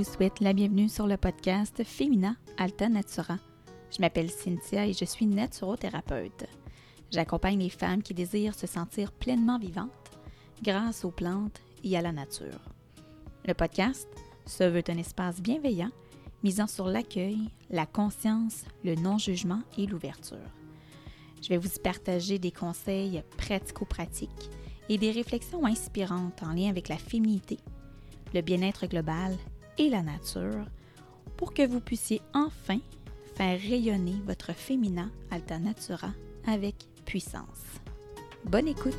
souhaite la bienvenue sur le podcast Femina Alta Natura. Je m'appelle Cynthia et je suis naturothérapeute. J'accompagne les femmes qui désirent se sentir pleinement vivantes grâce aux plantes et à la nature. Le podcast se veut un espace bienveillant, misant sur l'accueil, la conscience, le non-jugement et l'ouverture. Je vais vous y partager des conseils pratico-pratiques et des réflexions inspirantes en lien avec la féminité, le bien-être global et la nature pour que vous puissiez enfin faire rayonner votre Femina Alta Natura avec puissance. Bonne écoute!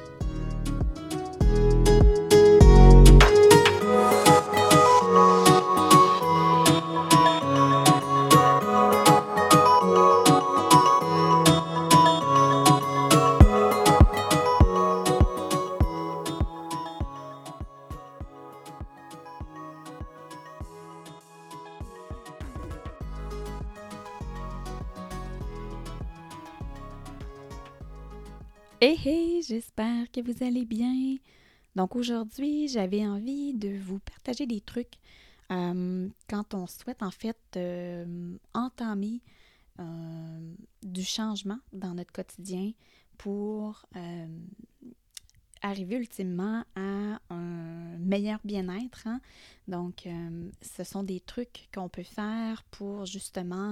Hey, j'espère que vous allez bien. Donc aujourd'hui, j'avais envie de vous partager des trucs quand on souhaite en fait entamer du changement dans notre quotidien pour arriver ultimement à un meilleur bien-être. Hein? Donc, ce sont des trucs qu'on peut faire pour justement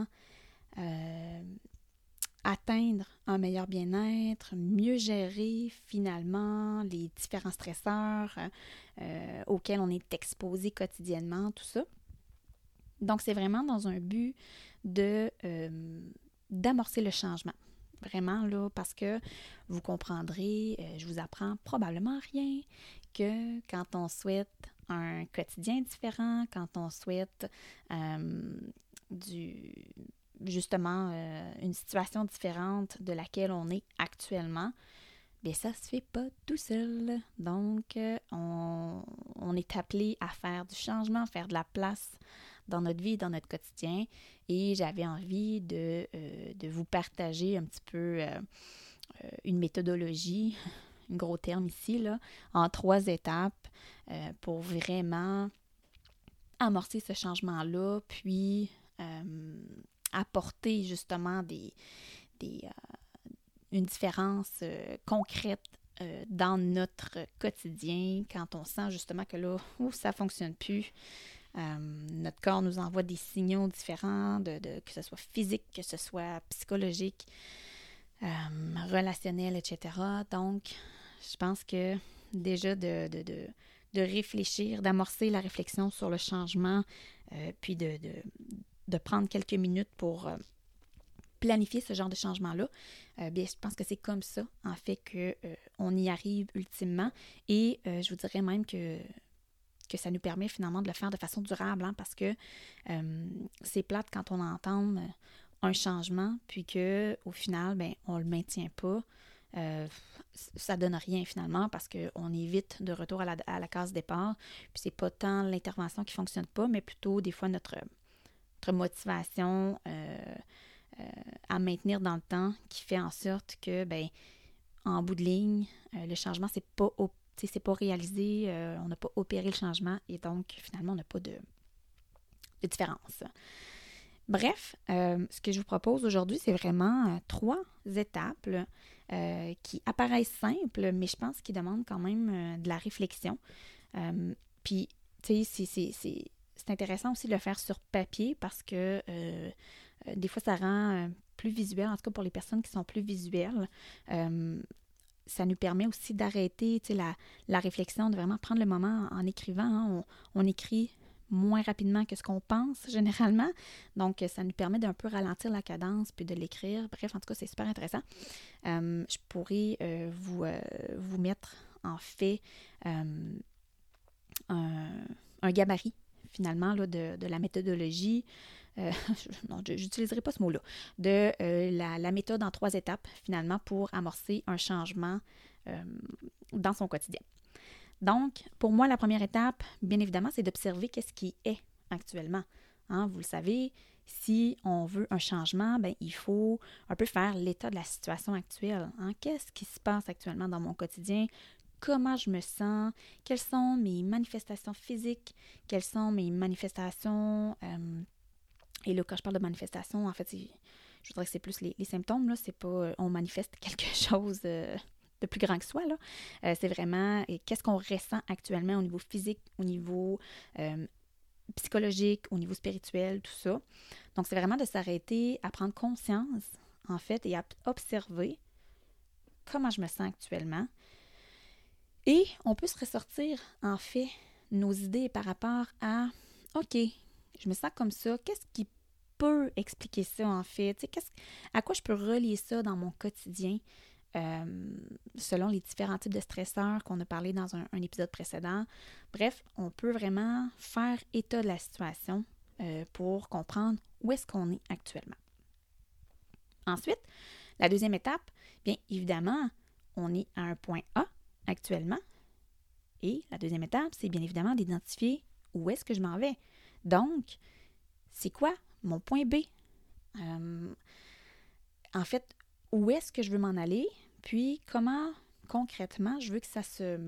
atteindre un meilleur bien-être, mieux gérer finalement les différents stresseurs auxquels on est exposé quotidiennement, tout ça. Donc, c'est vraiment dans un but d'amorcer le changement. Vraiment, là, parce que vous comprendrez, je vous apprends probablement rien, que quand on souhaite un quotidien différent, quand on souhaite justement une situation différente de laquelle on est actuellement, bien ça se fait pas tout seul. Donc, on est appelé à faire du changement, à faire de la place dans notre vie, dans notre quotidien. Et j'avais envie de vous partager un petit peu une méthodologie, un gros terme ici, là, en 3 étapes pour vraiment amorcer ce changement-là, puis apporter justement une différence concrète dans notre quotidien quand on sent justement que là, ça ne fonctionne plus. Notre corps nous envoie des signaux différents, que ce soit physique, que ce soit psychologique, relationnel, etc. Donc, je pense que déjà de réfléchir, d'amorcer la réflexion sur le changement, puis de prendre quelques minutes pour planifier ce genre de changement-là, bien, je pense que c'est comme ça, en fait, qu'on y arrive ultimement. Et je vous dirais même que ça nous permet finalement de le faire de façon durable, hein, parce que c'est plate quand on entend un changement, puis qu'au final, bien, on ne le maintient pas. Ça ne donne rien finalement parce qu'on est vite de retour à la case départ. Puis c'est pas tant l'intervention qui ne fonctionne pas, mais plutôt des fois notre motivation à maintenir dans le temps qui fait en sorte que, ben, en bout de ligne, le changement, c'est pas réalisé, on n'a pas opéré le changement et donc, finalement, on n'a pas de différence. Bref, ce que je vous propose aujourd'hui, c'est vraiment 3 étapes qui apparaissent simples, mais je pense qu'ils demandent quand même de la réflexion. Puis, tu sais, c'est intéressant aussi de le faire sur papier parce que des fois, ça rend plus visuel, en tout cas pour les personnes qui sont plus visuelles. Ça nous permet aussi d'arrêter la réflexion, de vraiment prendre le moment en écrivant. Hein. On écrit moins rapidement que ce qu'on pense généralement. Donc, ça nous permet d'un peu ralentir la cadence puis de l'écrire. Bref, en tout cas, c'est super intéressant. Je pourrais vous mettre en fait un gabarit finalement là, de la méthodologie. Non, je n'utiliserai pas ce mot-là, de la méthode en 3 étapes, finalement, pour amorcer un changement dans son quotidien. Donc, pour moi, la première étape, bien évidemment, c'est d'observer qu'est-ce qui est actuellement. Hein, vous le savez, si on veut un changement, bien, il faut un peu faire l'état de la situation actuelle. Hein. Qu'est-ce qui se passe actuellement dans mon quotidien? comment je me sens, quelles sont mes manifestations physiques, quelles sont mes manifestations. Et là, quand je parle de manifestations, en fait, je voudrais que c'est plus les symptômes, là, c'est pas on manifeste quelque chose de plus grand que soi, là. C'est vraiment qu'est-ce qu'on ressent actuellement au niveau physique, au niveau psychologique, au niveau spirituel, tout ça. Donc, c'est vraiment de s'arrêter à prendre conscience, en fait, et à observer comment je me sens actuellement. Et on peut se ressortir, en fait, nos idées par rapport à OK, je me sens comme ça, qu'est-ce qui peut expliquer ça, en fait? Tu sais, à quoi je peux relier ça dans mon quotidien selon les différents types de stresseurs qu'on a parlé dans un épisode précédent. Bref, on peut vraiment faire état de la situation pour comprendre où est-ce qu'on est actuellement. Ensuite, la deuxième étape, bien évidemment, on est à un point A actuellement. Et la deuxième étape, c'est bien évidemment d'identifier où est-ce que je m'en vais. Donc, c'est quoi mon point B? En fait, où est-ce que je veux m'en aller? Puis, comment concrètement je veux que ça se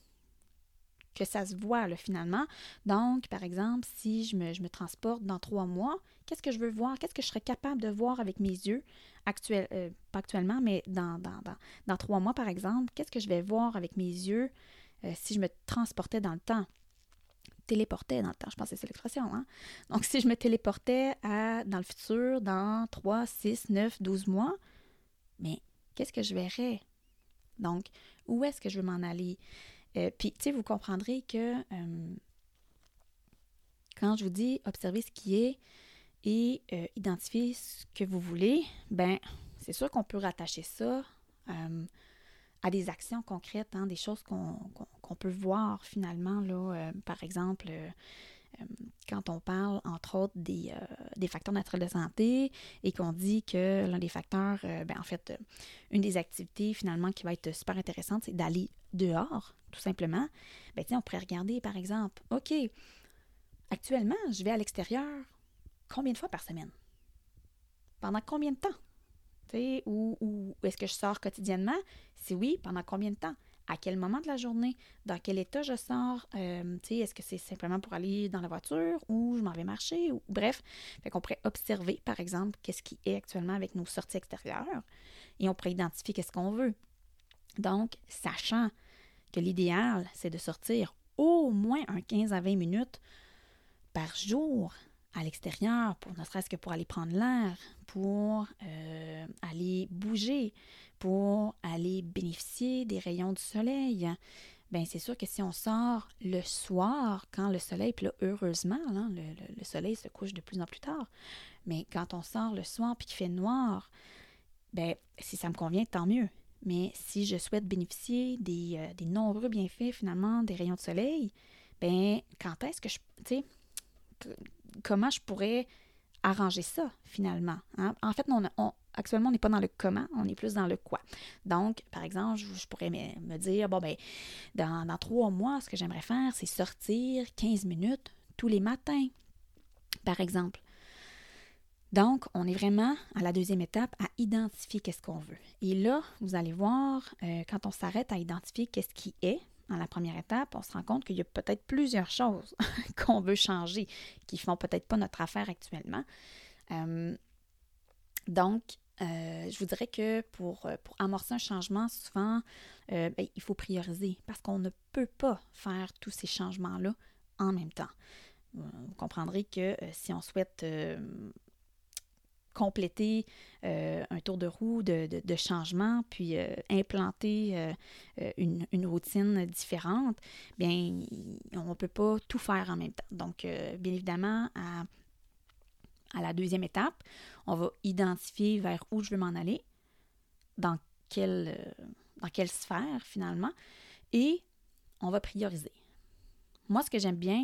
voit là, finalement. Donc, par exemple, si je me transporte dans 3 mois, qu'est-ce que je veux voir? Qu'est-ce que je serais capable de voir avec mes yeux pas actuellement, mais dans 3 mois, par exemple, qu'est-ce que je vais voir avec mes yeux si je me transportais dans le temps? Téléportais dans le temps, je pense que c'est l'expression, hein? Donc, si je me téléportais dans le futur, dans 3, 6, 9, 12 mois, mais qu'est-ce que je verrais? Donc, où est-ce que je veux m'en aller? Puis, tu sais, vous comprendrez que quand je vous dis observer ce qui est et identifier ce que vous voulez, ben c'est sûr qu'on peut rattacher ça à des actions concrètes, hein, des choses qu'on peut voir finalement, là, par exemple, quand on parle, entre autres, des facteurs naturels de santé et qu'on dit que l'un des facteurs, en fait, une des activités finalement qui va être super intéressante, c'est d'aller dehors, tout simplement. Ben, on pourrait regarder, par exemple, OK, actuellement, je vais à l'extérieur combien de fois par semaine? Pendant combien de temps? Ou est-ce que je sors quotidiennement? Si oui, pendant combien de temps? À quel moment de la journée? Dans quel état je sors? Est-ce que c'est simplement pour aller dans la voiture ou je m'en vais marcher? Bref, fait qu'on pourrait observer, par exemple, qu'est-ce qui est actuellement avec nos sorties extérieures et on pourrait identifier qu'est-ce qu'on veut. Donc, sachant que l'idéal, c'est de sortir au moins un 15 à 20 minutes par jour à l'extérieur, ne serait-ce que pour aller prendre l'air, pour aller bouger, pour aller bénéficier des rayons du soleil. Bien, c'est sûr que si on sort le soir, quand le soleil, puis là, heureusement, là, le soleil se couche de plus en plus tard, mais quand on sort le soir puis qu'il fait noir, bien, si ça me convient, tant mieux. Mais si je souhaite bénéficier des nombreux bienfaits, finalement, des rayons de soleil, bien, quand est-ce que comment je pourrais arranger ça, finalement? Hein? En fait, actuellement, on n'est pas dans le comment, on est plus dans le quoi. Donc, par exemple, je pourrais me dire, bon, ben, dans 3 mois, ce que j'aimerais faire, c'est sortir 15 minutes tous les matins, par exemple. Donc, on est vraiment à la deuxième étape, à identifier qu'est-ce qu'on veut. Et là, vous allez voir, quand on s'arrête à identifier qu'est-ce qui est, dans la première étape, on se rend compte qu'il y a peut-être plusieurs choses qu'on veut changer, qui ne font peut-être pas notre affaire actuellement. Donc, je vous dirais que pour amorcer un changement, souvent, il faut prioriser parce qu'on ne peut pas faire tous ces changements-là en même temps. Vous comprendrez que si on souhaite compléter un tour de roue de changement, puis implanter une routine différente, bien, on ne peut pas tout faire en même temps. Donc, bien évidemment, à la deuxième étape, on va identifier vers où je veux m'en aller, dans quelle sphère finalement, et on va prioriser. Moi, ce que j'aime bien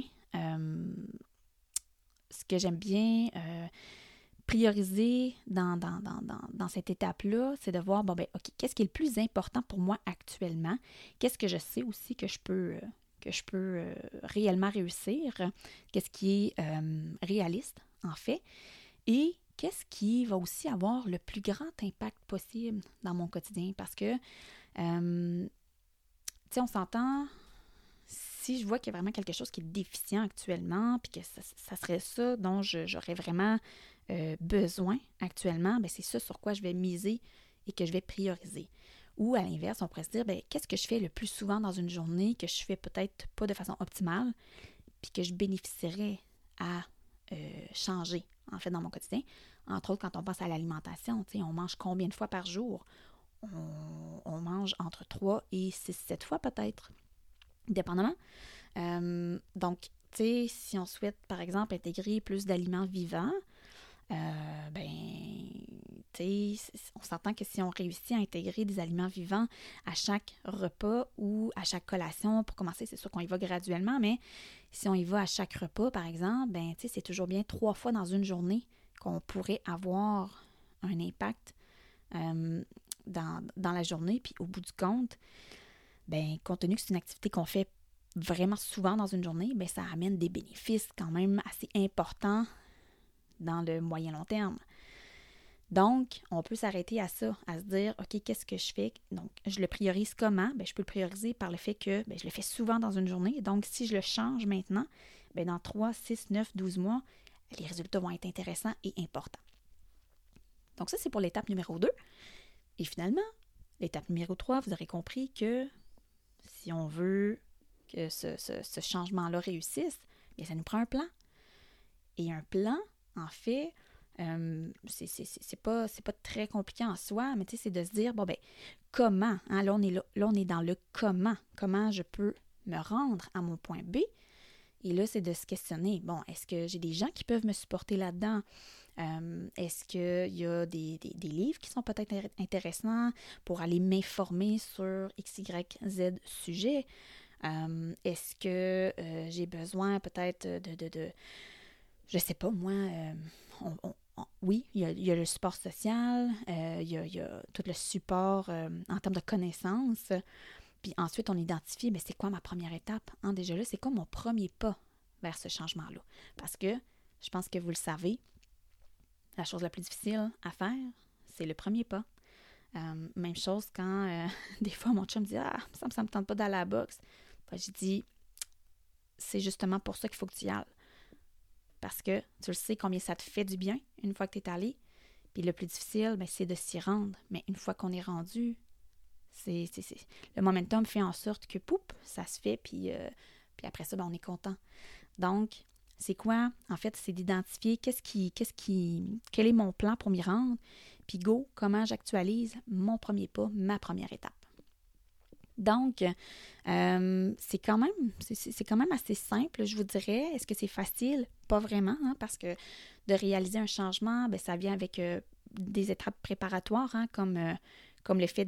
prioriser dans cette étape-là, c'est de voir, bon, ben, OK, qu'est-ce qui est le plus important pour moi actuellement? Qu'est-ce que je sais aussi que je peux réellement réussir? Qu'est-ce qui est réaliste, en fait? Et qu'est-ce qui va aussi avoir le plus grand impact possible dans mon quotidien? Parce que, tu sais, on s'entend, si je vois qu'il y a vraiment quelque chose qui est déficient actuellement, puis que ça serait ça dont j'aurais vraiment besoin actuellement, bien, c'est ça sur quoi je vais miser et que je vais prioriser. Ou à l'inverse, on pourrait se dire, bien, qu'est-ce que je fais le plus souvent dans une journée que je fais peut-être pas de façon optimale, puis que je bénéficierais à changer, en fait, dans mon quotidien. Entre autres, quand on pense à l'alimentation, tu sais, on mange combien de fois par jour? On mange entre 3 et 6-7 fois peut-être, dépendamment. Donc, tu sais, si on souhaite, par exemple, intégrer plus d'aliments vivants, ben, tu sais, on s'entend que si on réussit à intégrer des aliments vivants à chaque repas ou à chaque collation, pour commencer, c'est sûr qu'on y va graduellement, mais si on y va à chaque repas, par exemple, ben, tu sais, c'est toujours bien 3 fois dans une journée qu'on pourrait avoir un impact dans la journée. Puis au bout du compte, ben, compte tenu que c'est une activité qu'on fait vraiment souvent dans une journée, ben, ça amène des bénéfices quand même assez importants dans le moyen-long terme. Donc, on peut s'arrêter à ça, à se dire, OK, qu'est-ce que je fais? Donc, je le priorise comment? Bien, je peux le prioriser par le fait que je le fais souvent dans une journée. Donc, si je le change maintenant, bien, dans 3, 6, 9, 12 mois, les résultats vont être intéressants et importants. Donc, ça, c'est pour l'étape numéro 2. Et finalement, l'étape numéro 3, vous aurez compris que si on veut que ce changement-là réussisse, bien, ça nous prend un plan. Et un plan, en fait, c'est pas très compliqué en soi, mais c'est de se dire, bon, ben, comment, hein, là, on est dans le comment je peux me rendre à mon point B. Et là, c'est de se questionner, bon, est-ce que j'ai des gens qui peuvent me supporter là-dedans? Est-ce qu'il y a des livres qui sont peut-être intéressants pour aller m'informer sur X, Y, Z sujet? Est-ce que j'ai besoin peut-être de je sais pas, moi, oui, il y a le support social, il y a tout le support en termes de connaissances. Puis ensuite, on identifie, mais c'est quoi ma première étape? Hein, déjà là, c'est quoi mon premier pas vers ce changement-là? Parce que, je pense que vous le savez, la chose la plus difficile à faire, c'est le premier pas. Même chose quand, des fois, mon chum me dit « Ah, ça me tente pas d'aller à la boxe. » Je dis « C'est justement pour ça qu'il faut que tu y ailles. Parce que tu le sais combien ça te fait du bien une fois que tu es allé. Puis le plus difficile, ben, c'est de s'y rendre. Mais une fois qu'on est rendu, le momentum fait en sorte que, poup, ça se fait, puis après ça, ben, on est content. Donc, c'est quoi? En fait, c'est d'identifier quel est mon plan pour m'y rendre, puis go, comment j'actualise mon premier pas, ma première étape. Donc, c'est quand même assez simple, je vous dirais. Est-ce que c'est facile? Pas vraiment, hein, parce que de réaliser un changement, bien, ça vient avec des étapes préparatoires, hein, comme le fait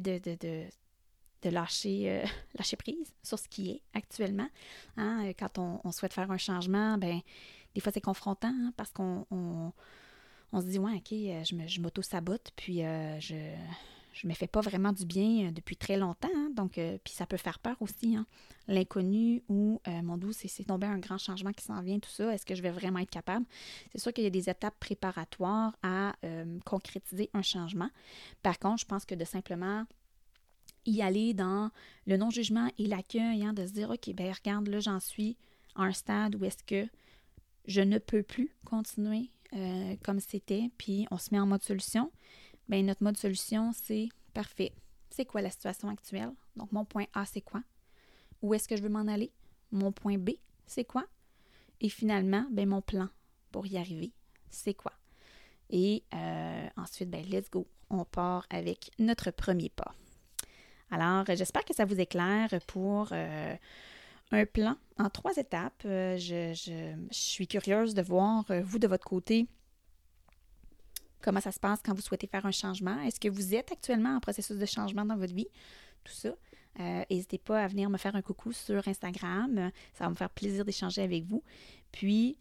de lâcher prise sur ce qui est actuellement. Hein. Quand on souhaite faire un changement, ben des fois c'est confrontant, hein, parce qu'on se dit, ouais, OK, je m'auto-sabote, puis je me fais pas vraiment du bien depuis très longtemps. Hein, donc, puis ça peut faire peur aussi. Hein, l'inconnu ou, mon Dieu, c'est tombé un grand changement qui s'en vient, tout ça. Est-ce que je vais vraiment être capable? C'est sûr qu'il y a des étapes préparatoires à concrétiser un changement. Par contre, je pense que de simplement y aller dans le non-jugement et l'accueil, hein, de se dire, OK, ben regarde, là, j'en suis à un stade où est-ce que je ne peux plus continuer comme c'était, puis on se met en mode solution. Bien, notre mode solution, c'est parfait. C'est quoi la situation actuelle? Donc, mon point A, c'est quoi? Où est-ce que je veux m'en aller? Mon point B, c'est quoi? Et finalement, bien, mon plan pour y arriver, c'est quoi? Et ensuite, bien, let's go. On part avec notre premier pas. Alors, j'espère que ça vous éclaire pour un plan en 3 étapes. Je suis curieuse de voir, vous, de votre côté, comment ça se passe quand vous souhaitez faire un changement. Est-ce que vous êtes actuellement en processus de changement dans votre vie? Tout ça. N'hésitez pas à venir me faire un coucou sur Instagram. Ça va me faire plaisir d'échanger avec vous. Puis,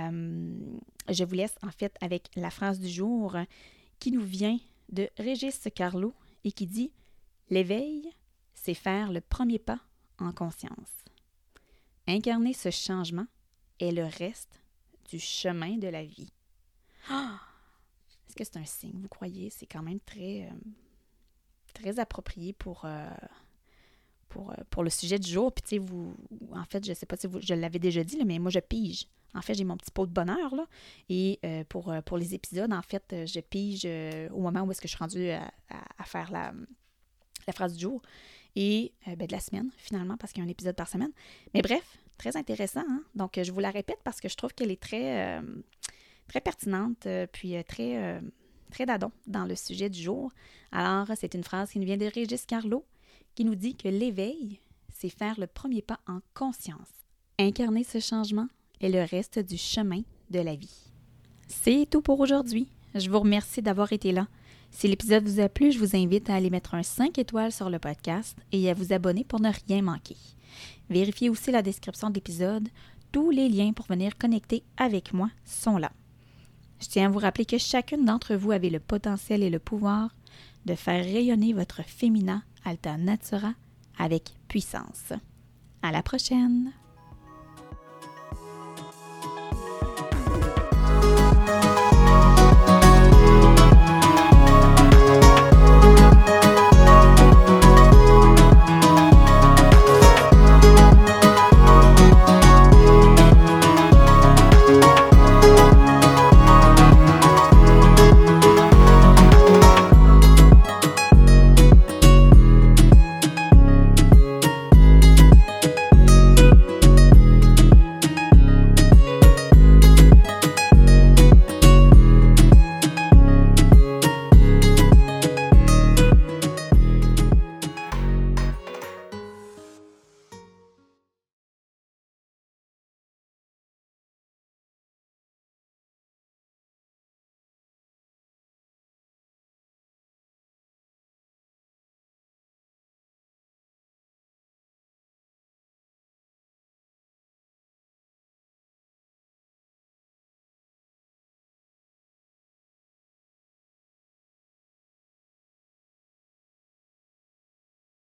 je vous laisse en fait avec la phrase du jour qui nous vient de Régis Carlo et qui dit « L'éveil, c'est faire le premier pas en conscience. Incarner ce changement est le reste du chemin de la vie. » Est-ce que c'est un signe, vous croyez? C'est quand même très approprié pour pour le sujet du jour. Puis, tu sais, en fait, je ne sais pas si je l'avais déjà dit, là, mais moi, je pige. En fait, j'ai mon petit pot de bonheur, là. Et pour les épisodes, en fait, je pige au moment où est-ce que je suis rendue à faire la phrase du jour et de la semaine, finalement, parce qu'il y a un épisode par semaine. Mais bref, très intéressant, hein? Donc, je vous la répète parce que je trouve qu'elle est très, très pertinente, puis très d'adon dans le sujet du jour. Alors, c'est une phrase qui nous vient de Régis Carlo, qui nous dit que l'éveil, c'est faire le premier pas en conscience. Incarner ce changement est le reste du chemin de la vie. C'est tout pour aujourd'hui. Je vous remercie d'avoir été là. Si l'épisode vous a plu, je vous invite à aller mettre un 5 étoiles sur le podcast et à vous abonner pour ne rien manquer. Vérifiez aussi la description de l'épisode. Tous les liens pour venir connecter avec moi sont là. Je tiens à vous rappeler que chacune d'entre vous avait le potentiel et le pouvoir de faire rayonner votre féminin alta natura avec puissance. À la prochaine!